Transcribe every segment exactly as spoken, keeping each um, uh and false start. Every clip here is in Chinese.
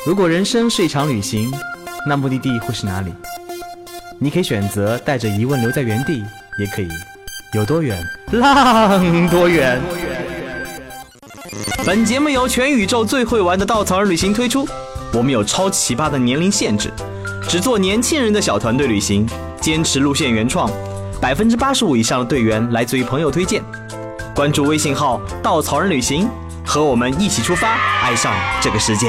如果人生是一场旅行，那目的地会是哪里？你可以选择带着疑问留在原地，也可以有多远浪多远。本节目由全宇宙最会玩的稻草人旅行推出，我们有超奇葩的年龄限制，只做年轻人的小团队旅行，坚持路线原创，百分之八十五以上的队员来自于朋友推荐。关注微信号稻草人旅行，和我们一起出发，爱上这个世界。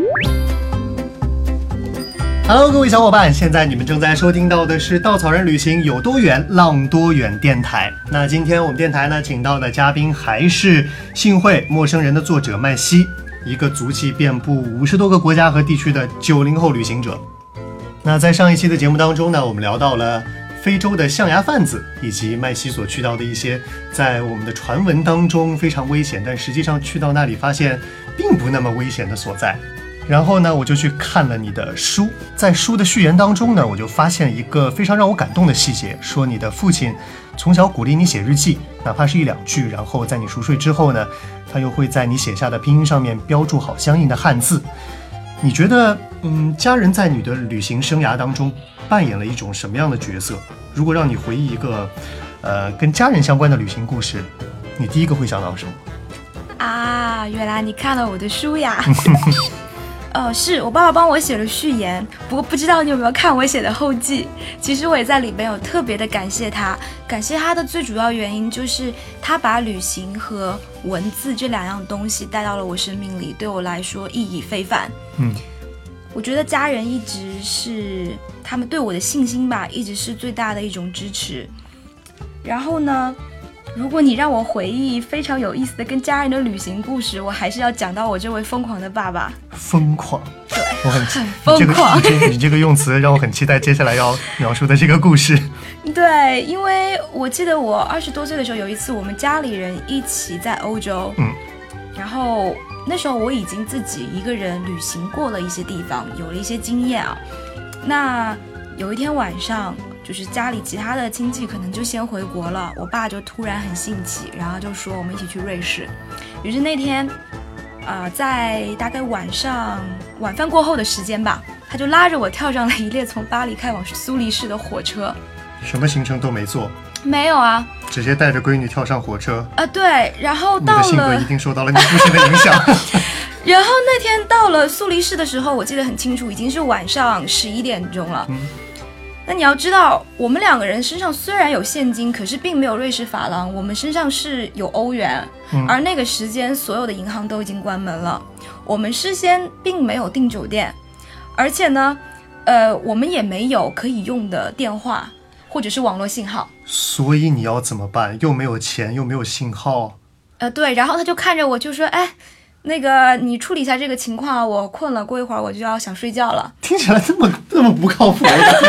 Hello， 各位小伙伴，现在你们正在收听到的是稻草人旅行有多远浪多远电台。那今天我们电台呢，请到的嘉宾还是幸会陌生人的作者麦西，一个足迹遍布五十多个国家和地区的九零后旅行者。那在上一期的节目当中呢，我们聊到了非洲的象牙贩子，以及麦西所去到的一些在我们的传闻当中非常危险，但实际上去到那里发现并不那么危险的所在。然后呢，我就去看了你的书，在书的序言当中呢，我就发现一个非常让我感动的细节，说你的父亲从小鼓励你写日记，哪怕是一两句，然后在你熟睡之后呢，他又会在你写下的拼音上面标注好相应的汉字。你觉得，嗯，家人在你的旅行生涯当中扮演了一种什么样的角色？如果让你回忆一个，呃，跟家人相关的旅行故事，你第一个会想到什么？ 啊，原来你看了我的书呀！呃，是我爸爸帮我写了序言，不过不知道你有没有看我写的后记。其实我也在里边有特别的感谢他，感谢他的最主要原因就是他把旅行和文字这两样东西带到了我生命里，对我来说意义非凡。 嗯， 我觉得家人一直是他们对我的信心吧，一直是最大的一种支持。然后呢，如果你让我回忆非常有意思的跟家人的旅行故事，我还是要讲到我这位疯狂的爸爸。 疯狂， 对， 我很很疯狂。 你这个、你, 你这个用词让我很期待接下来要描述的这个故事。 对，因为我记得我二十多岁的时候，有一次我们家里人一起在欧洲， 嗯， 然后那时候我已经自己一个人旅行过了一些地方，有了一些经验啊。那有一天晚上，就是家里其他的亲戚可能就先回国了，我爸就突然很兴起，然后就说我们一起去瑞士。于是那天呃，在大概晚上晚饭过后的时间吧，他就拉着我跳上了一列从巴黎开往苏黎世的火车。 什么行程都没做？ 没有啊， 直接带着闺女跳上火车。 啊、呃，对，然后到了， 你的性格一定受到了你父亲的影响。 然后那天到了苏黎世的时候，我记得很清楚，已经是晚上十一点钟了。 嗯， 那你要知道，我们两个人身上虽然有现金，可是并没有瑞士法郎，我们身上是有欧元， 嗯， 而那个时间所有的银行都已经关门了，我们事先并没有订酒店，而且呢，呃，我们也没有可以用的电话或者是网络信号。 所以你要怎么办？又没有钱，又没有信号。 呃，对，然后他就看着我就说，哎，那个你处理一下这个情况，我困了，过一会儿我就要想睡觉了。 听起来这么这么不靠谱。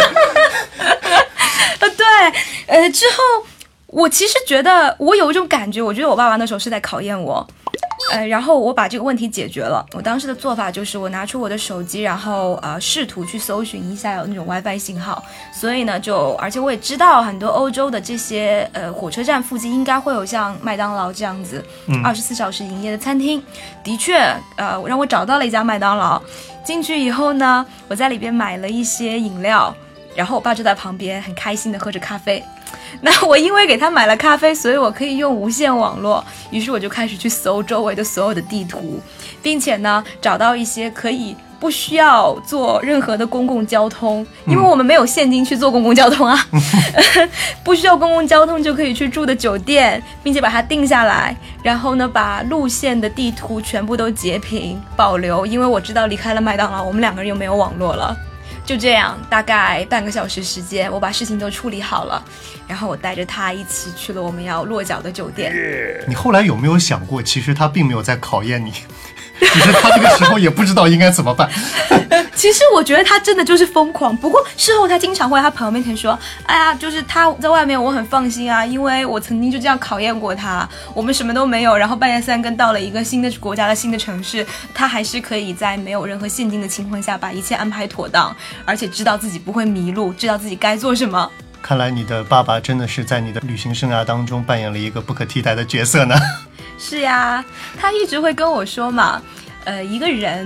呃，对，呃，之后我其实觉得我有一种感觉，我觉得我爸爸那时候是在考验我，呃，然后我把这个问题解决了。我当时的做法就是我拿出我的手机，然后呃试图去搜寻一下有那种 WiFi 信号，所以呢就而且我也知道很多欧洲的这些呃火车站附近应该会有像麦当劳这样子二十四小时营业的餐厅。的确，呃，让我找到了一家麦当劳。进去以后呢，我在里边买了一些饮料。然后我爸就在旁边很开心的喝着咖啡。那我因为给他买了咖啡，所以我可以用无线网络，于是我就开始去搜周围的所有的地图，并且呢找到一些可以不需要坐任何的公共交通，因为我们没有现金去坐公共交通啊，不需要公共交通就可以去住的酒店，并且把它定下来，然后呢把路线的地图全部都截屏保留，因为我知道离开了麦当劳我们两个人又没有网络了。就这样大概半个小时时间，我把事情都处理好了，然后我带着他一起去了我们要落脚的酒店。 你后来有没有想过，其实他并没有在考验你，只是他这个时候也不知道应该怎么办。 其实我觉得他真的就是疯狂，不过事后他经常会在他朋友面前说，哎呀，就是他在外面我很放心啊，因为我曾经就这样考验过他，我们什么都没有，然后半夜三更到了一个新的国家的新的城市，他还是可以在没有任何现金的情况下把一切安排妥当，而且知道自己不会迷路，知道自己该做什么。 看来你的爸爸真的是在你的旅行生涯当中扮演了一个不可替代的角色呢。 是呀，他一直会跟我说嘛，呃，一个人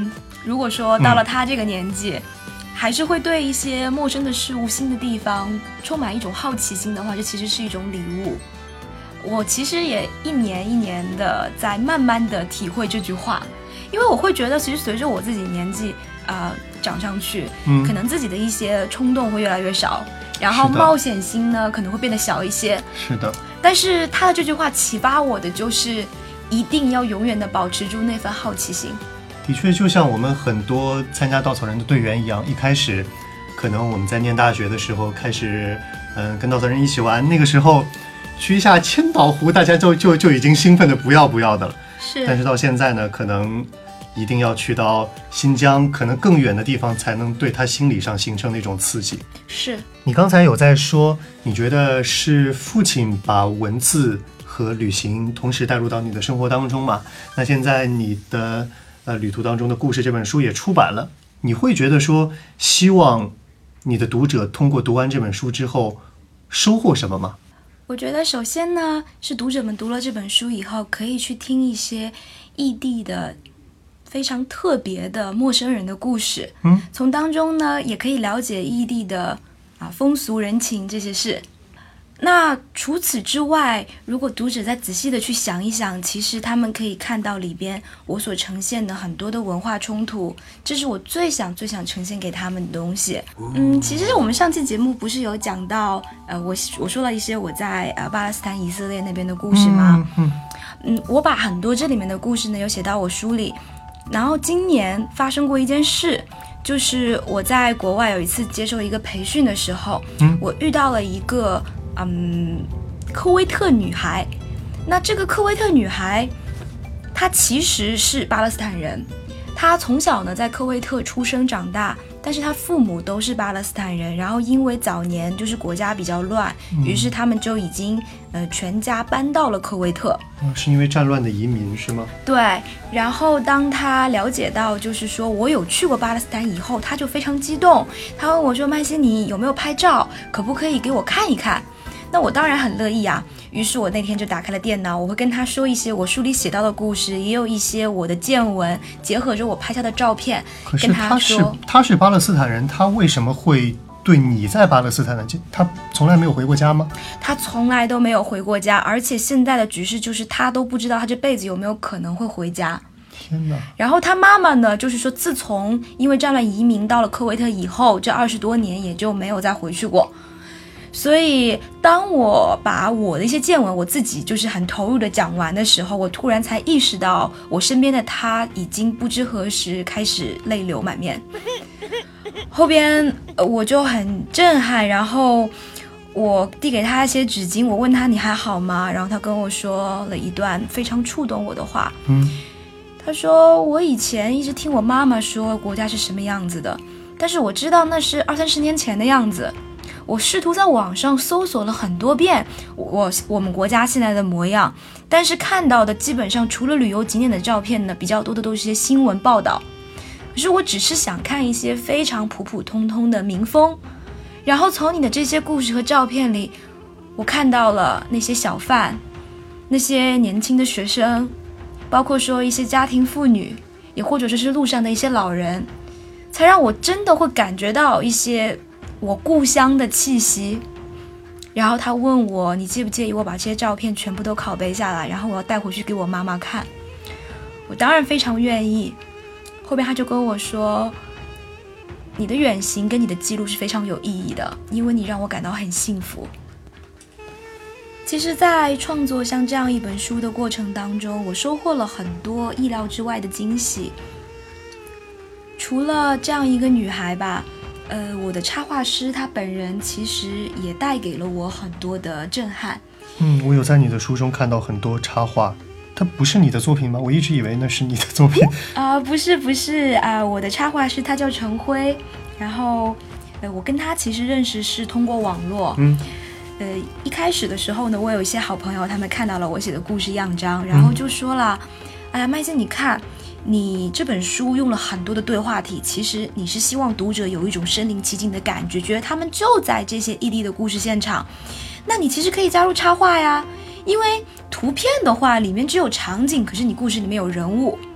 如果说到了他这个年纪、嗯、还是会对一些陌生的事物、新的地方充满一种好奇心的话，这其实是一种礼物。我其实也一年一年的在慢慢的体会这句话，因为我会觉得其实随着我自己年纪呃长上去、嗯、可能自己的一些冲动会越来越少，然后冒险心呢可能会变得小一些。 是的， 但是他的这句话启发我的就是一定要永远的保持住那份好奇心。 的确就像我们很多参加稻草人的队员一样，一开始可能我们在念大学的时候开始嗯跟稻草人一起玩，那个时候去一下千岛湖大家就就就已经兴奋的不要不要的了。 是， 但是到现在呢可能一定要去到新疆可能更远的地方才能对他心理上形成那种刺激。 是， 你刚才有在说你觉得是父亲把文字和旅行同时带入到你的生活当中嘛？那现在你的呃旅途当中的故事这本书也出版了，你会觉得说希望你的读者通过读完这本书之后收获什么吗？ 我觉得首先呢是读者们读了这本书以后可以去听一些异地的非常特别的陌生人的故事，嗯，从当中呢也可以了解异地的啊风俗人情这些事。那除此之外，如果读者再仔细的去想一想，其实他们可以看到里边我所呈现的很多的文化冲突，这是我最想最想呈现给他们的东西。嗯，其实我们上期节目不是有讲到，呃，我我说了一些我在呃巴勒斯坦以色列那边的故事吗？嗯, 嗯，我把很多这里面的故事呢有写到我书里。然后今年发生过一件事，就是我在国外有一次接受一个培训的时候，嗯，我遇到了一个嗯科威特女孩。那这个科威特女孩她其实是巴勒斯坦人，她从小呢在科威特出生长大，但是她父母都是巴勒斯坦人，然后因为早年就是国家比较乱，嗯，于是他们就已经呃全家搬到了科威特。 嗯，是因为战乱的移民是吗？ 对，然后当她了解到就是说我有去过巴勒斯坦以后，她就非常激动，她问我说麦西你有没有拍照，可不可以给我看一看？那我当然很乐意啊，于是我那天就打开了电脑，我会跟他说一些我书里写到的故事，也有一些我的见闻，结合着我拍下的照片。 可是他是他是巴勒斯坦人，他为什么会对你在巴勒斯坦的，他从来没有回过家吗？ 他从来都没有回过家，而且现在的局势就是他都不知道他这辈子有没有可能会回家。 天哪！ 然后他妈妈呢，就是说自从因为战乱移民到了科威特以后，这二十多年也就没有再回去过。所以当我把我的一些见闻我自己就是很投入的讲完的时候，我突然才意识到我身边的他已经不知何时开始泪流满面。后边我就很震撼，然后我递给他一些纸巾，我问他你还好吗？然后他跟我说了一段非常触动我的话。嗯，他说我以前一直听我妈妈说国家是什么样子的，但是我知道那是二三十年前的样子。我试图在网上搜索了很多遍我我们国家现在的模样，但是看到的基本上除了旅游景点的照片呢，比较多的都是些新闻报道。可是我只是想看一些非常普普通通的民风，然后从你的这些故事和照片里，我看到了那些小贩，那些年轻的学生，包括说一些家庭妇女，也或者说是路上的一些老人，才让我真的会感觉到一些我故乡的气息。然后他问我你介不介意我把这些照片全部都拷贝下来，然后我要带回去给我妈妈看。我当然非常愿意。后边他就跟我说，你的远行跟你的记录是非常有意义的，因为你让我感到很幸福。其实在创作像这样一本书的过程当中，我收获了很多意料之外的惊喜。除了这样一个女孩吧，呃，我的插画师他本人其实也带给了我很多的震撼。 嗯，我有在你的书中看到很多插画，它不是你的作品吗？我一直以为那是你的作品。 啊、呃，不是不是啊、呃，我的插画师他叫陈辉，然后呃，我跟他其实认识是通过网络。嗯，呃，一开始的时候呢，我有一些好朋友，他们看到了我写的故事样章，然后就说了，哎呀，麦姐你看。你这本书用了很多的对话体，其实你是希望读者有一种身临其境的感觉，觉得他们就在这些异地的故事现场。那你其实可以加入插画呀，因为图片的话里面只有场景，可是你故事里面有人物。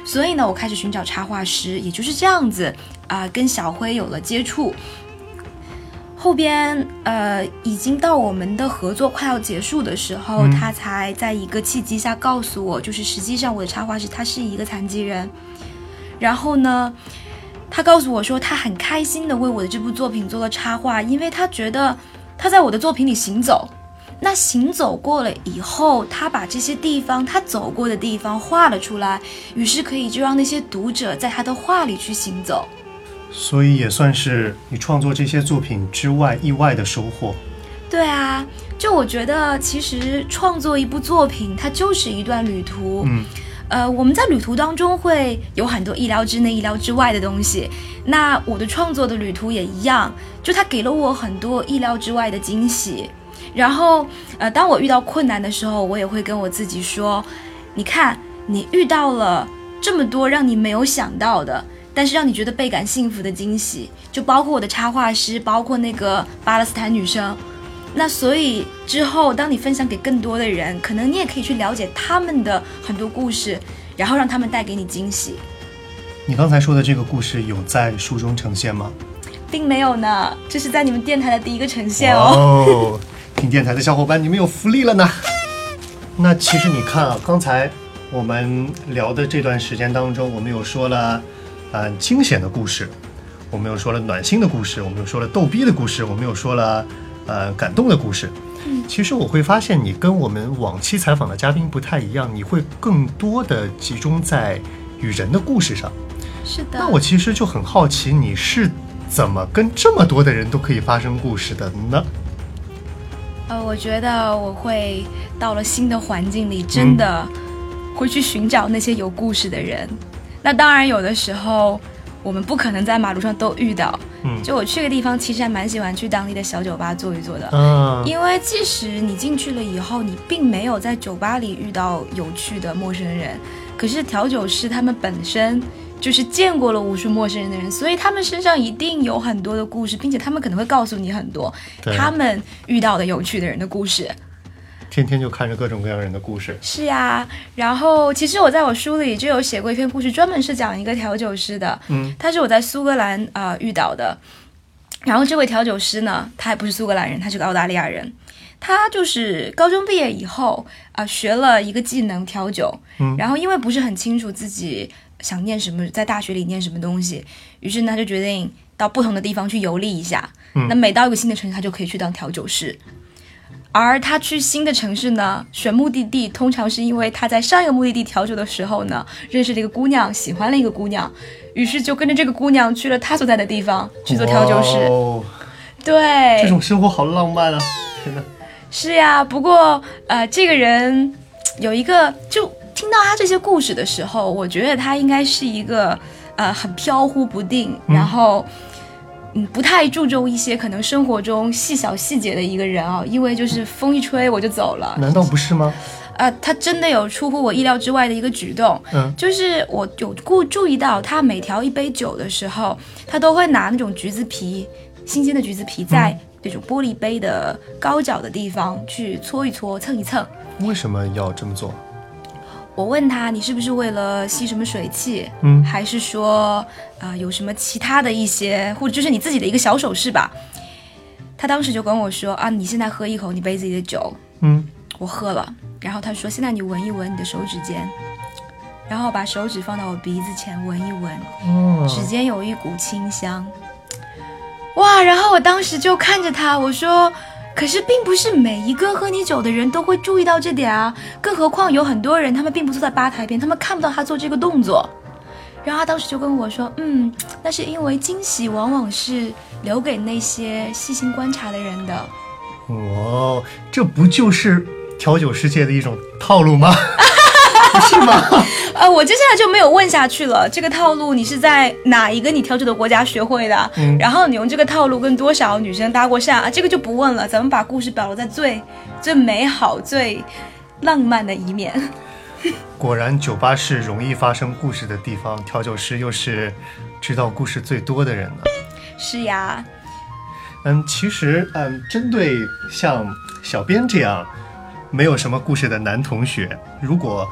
所以呢，我开始寻找插画师，也就是这样子啊、呃，跟小辉有了接触。后边呃，已经到我们的合作快要结束的时候、嗯、他才在一个契机下告诉我，就是实际上我的插画师他是一个残疾人。然后呢，他告诉我说他很开心的为我的这部作品做了插画，因为他觉得他在我的作品里行走，那行走过了以后，他把这些地方他走过的地方画了出来，于是可以就让那些读者在他的画里去行走。 所以也算是你创作这些作品之外意外的收获。 对啊，就我觉得其实创作一部作品它就是一段旅途。嗯，呃，我们在旅途当中会有很多意料之内意料之外的东西，那我的创作的旅途也一样，就它给了我很多意料之外的惊喜。然后呃，当我遇到困难的时候，我也会跟我自己说，你看你遇到了这么多让你没有想到的，但是让你觉得倍感幸福的惊喜，就包括我的插画师，包括那个巴勒斯坦女生。那所以之后当你分享给更多的人，可能你也可以去了解他们的很多故事，然后让他们带给你惊喜。 你刚才说的这个故事有在书中呈现吗？ 并没有呢，这是在你们电台的第一个呈现哦。 哦，听电台的小伙伴，你们有福利了呢。那其实你看啊，刚才我们聊的这段时间当中，我们有说了呃惊险的故事，我们又说了暖心的故事，我们又说了逗逼的故事，我们又说了呃感动的故事。嗯，其实我会发现你跟我们往期采访的嘉宾不太一样，你会更多的集中在与人的故事上。 是的。 那我其实就很好奇，你是怎么跟这么多的人都可以发生故事的呢？ 呃，我觉得我会到了新的环境里，真的会去寻找那些有故事的人。嗯，那当然有的时候我们不可能在马路上都遇到。嗯，就我去个地方其实还蛮喜欢去当地的小酒吧坐一坐的。嗯，因为即使你进去了以后，你并没有在酒吧里遇到有趣的陌生人，可是调酒师他们本身就是见过了无数陌生人的人，所以他们身上一定有很多的故事，并且他们可能会告诉你很多他们遇到的有趣的人的故事。 天天就看着各种各样人的故事。 是呀，然后其实我在我书里就有写过一篇故事，专门是讲一个调酒师的。嗯，他是我在苏格兰啊、呃、遇到的。然后这位调酒师呢，他还不是苏格兰人，他是个澳大利亚人。他就是高中毕业以后啊、呃，学了一个技能调酒。嗯，然后因为不是很清楚自己想念什么，在大学里念什么东西，于是呢他就决定到不同的地方去游历一下。嗯，那每到一个新的城市，他就可以去当调酒师。而他去新的城市呢，选目的地通常是因为他在上一个目的地调酒的时候呢，认识了一个姑娘，喜欢了一个姑娘，于是就跟着这个姑娘去了他所在的地方去做调酒师。哦，对， 这种生活好浪漫啊！天哪。 是呀，不过呃，这个人有一个，就听到他这些故事的时候，我觉得他应该是一个呃很飘忽不定，嗯、然后。嗯，不太注重一些可能生活中细小细节的一个人啊，因为就是风一吹我就走了。 难道不是吗？ 呃，他真的有出乎我意料之外的一个举动，嗯，就是我有顾注意到他每调一杯酒的时候，他都会拿那种橘子皮，新鲜的橘子皮，在这种玻璃杯的高脚的地方去搓一搓、蹭一蹭。 为什么要这么做？ 我问他，你是不是为了吸什么水气？嗯，还是说，啊、呃，有什么其他的一些，或者就是你自己的一个小手势吧？他当时就跟我说啊，你现在喝一口你杯子里的酒。嗯，我喝了，然后他说，现在你闻一闻你的手指尖，然后把手指放到我鼻子前闻一闻，哦，指尖有一股清香。哇！然后我当时就看着他，我说。可是并不是每一个喝你酒的人都会注意到这点啊，更何况有很多人他们并不坐在吧台边，他们看不到他做这个动作。然后他当时就跟我说，嗯，那是因为惊喜往往是留给那些细心观察的人的。 哦，这不就是调酒世界的一种套路吗？不是吗？ 呃，我接下来就没有问下去了。这个套路你是在哪一个你调酒的国家学会的？嗯，然后你用这个套路跟多少女生搭过讪啊？这个就不问了。咱们把故事保留在最最美好、最浪漫的一面。 果然，酒吧是容易发生故事的地方，调酒师又是知道故事最多的人呢。 是呀。 嗯，其实，嗯，针对像小编这样没有什么故事的男同学，如果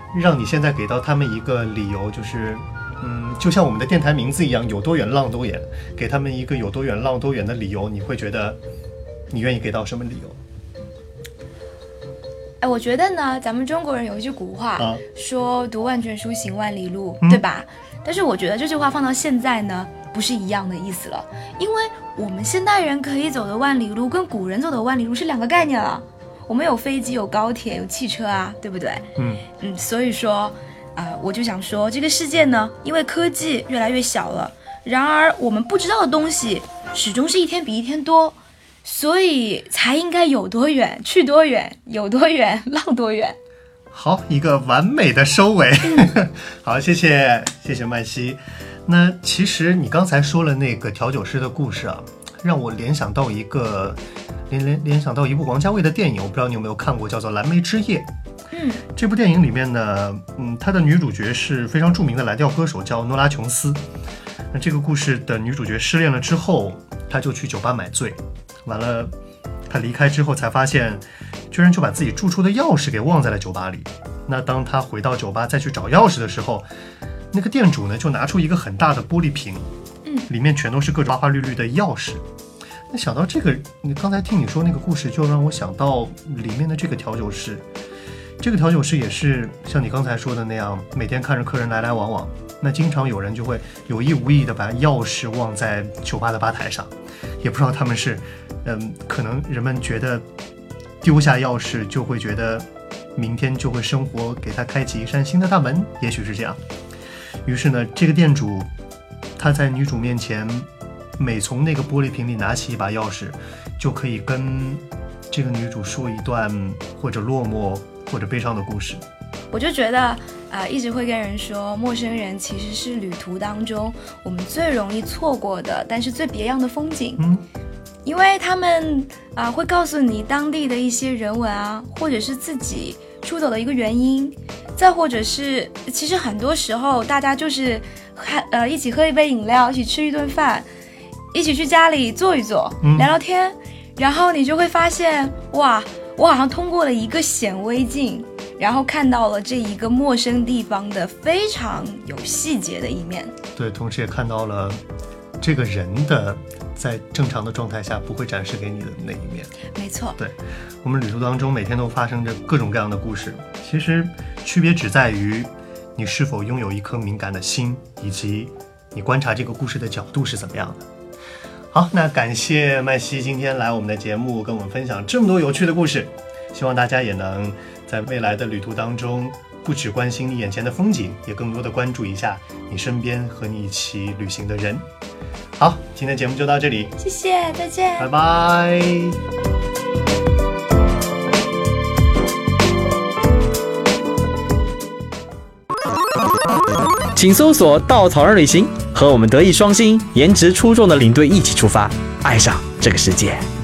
让你现在给到他们一个理由，就是嗯，就像我们的电台名字一样，有多远浪多远，给他们一个有多远浪多远的理由，你会觉得你愿意给到什么理由？ 哎，我觉得呢，咱们中国人有一句古话， 啊、 说读万卷书，行万里路， 嗯、 对吧？但是我觉得这句话放到现在呢，不是一样的意思了，因为我们现代人可以走的万里路，跟古人走的万里路是两个概念了。我们有飞机，有高铁，有汽车啊，对不对？ 嗯嗯，所以说，啊、呃，我就想说，这个世界呢，因为科技越来越小了，然而我们不知道的东西始终是一天比一天多。所以才应该有多远去多远，有多远浪多远。 好，一个完美的收尾。好，谢谢谢谢曼西。那其实你刚才说了那个调酒师的故事啊，让我联想到一个联联联想到一部王家卫的电影，我不知道你有没有看过，叫做《蓝莓之夜》。 嗯， 这部电影里面呢，嗯，它的女主角是非常著名的蓝调歌手，叫诺拉琼斯。那这个故事的女主角失恋了之后，她就去酒吧买醉。完了，他离开之后才发现，居然就把自己住处的钥匙给忘在了酒吧里。那当他回到酒吧再去找钥匙的时候，那个店主呢就拿出一个很大的玻璃瓶， 嗯， 里面全都是各种花花绿绿的钥匙。那想到这个，你刚才听你说那个故事，就让我想到里面的这个调酒师。这个调酒师也是像你刚才说的那样，每天看着客人来来往往。那经常有人就会有意无意的把钥匙忘在酒吧的吧台上，也不知道他们是，嗯，可能人们觉得丢下钥匙就会觉得明天就会生活给他开启一扇新的大门，也许是这样。于是呢，这个店主他在女主面前每从那个玻璃瓶里拿起一把钥匙，就可以跟这个女主说一段或者落寞或者悲伤的故事。 我就觉得啊、呃，一直会跟人说，陌生人其实是旅途当中我们最容易错过的，但是最别样的风景。 嗯， 因为他们啊、呃、会告诉你当地的一些人文啊，或者是自己出走的一个原因，再或者是其实很多时候大家就是呃一起喝一杯饮料，一起吃一顿饭，一起去家里坐一坐， 嗯、 聊聊天，然后你就会发现，哇，我好像通过了一个显微镜。然后看到了这一个陌生地方的非常有细节的一面， 对，同时也看到了这个人的在正常的状态下不会展示给你的那一面。 没错， 对，我们旅途当中每天都发生着各种各样的故事，其实区别只在于你是否拥有一颗敏感的心，以及你观察这个故事的角度是怎么样的。好，那感谢麦西今天来我们的节目跟我们分享这么多有趣的故事，希望大家也能在未来的旅途当中，不只关心你眼前的风景，也更多的关注一下你身边和你一起旅行的人。好，今天节目就到这里， 谢谢，再见， 拜拜。 请搜索稻草人旅行，和我们德艺双馨、颜值出众的领队一起出发，爱上这个世界。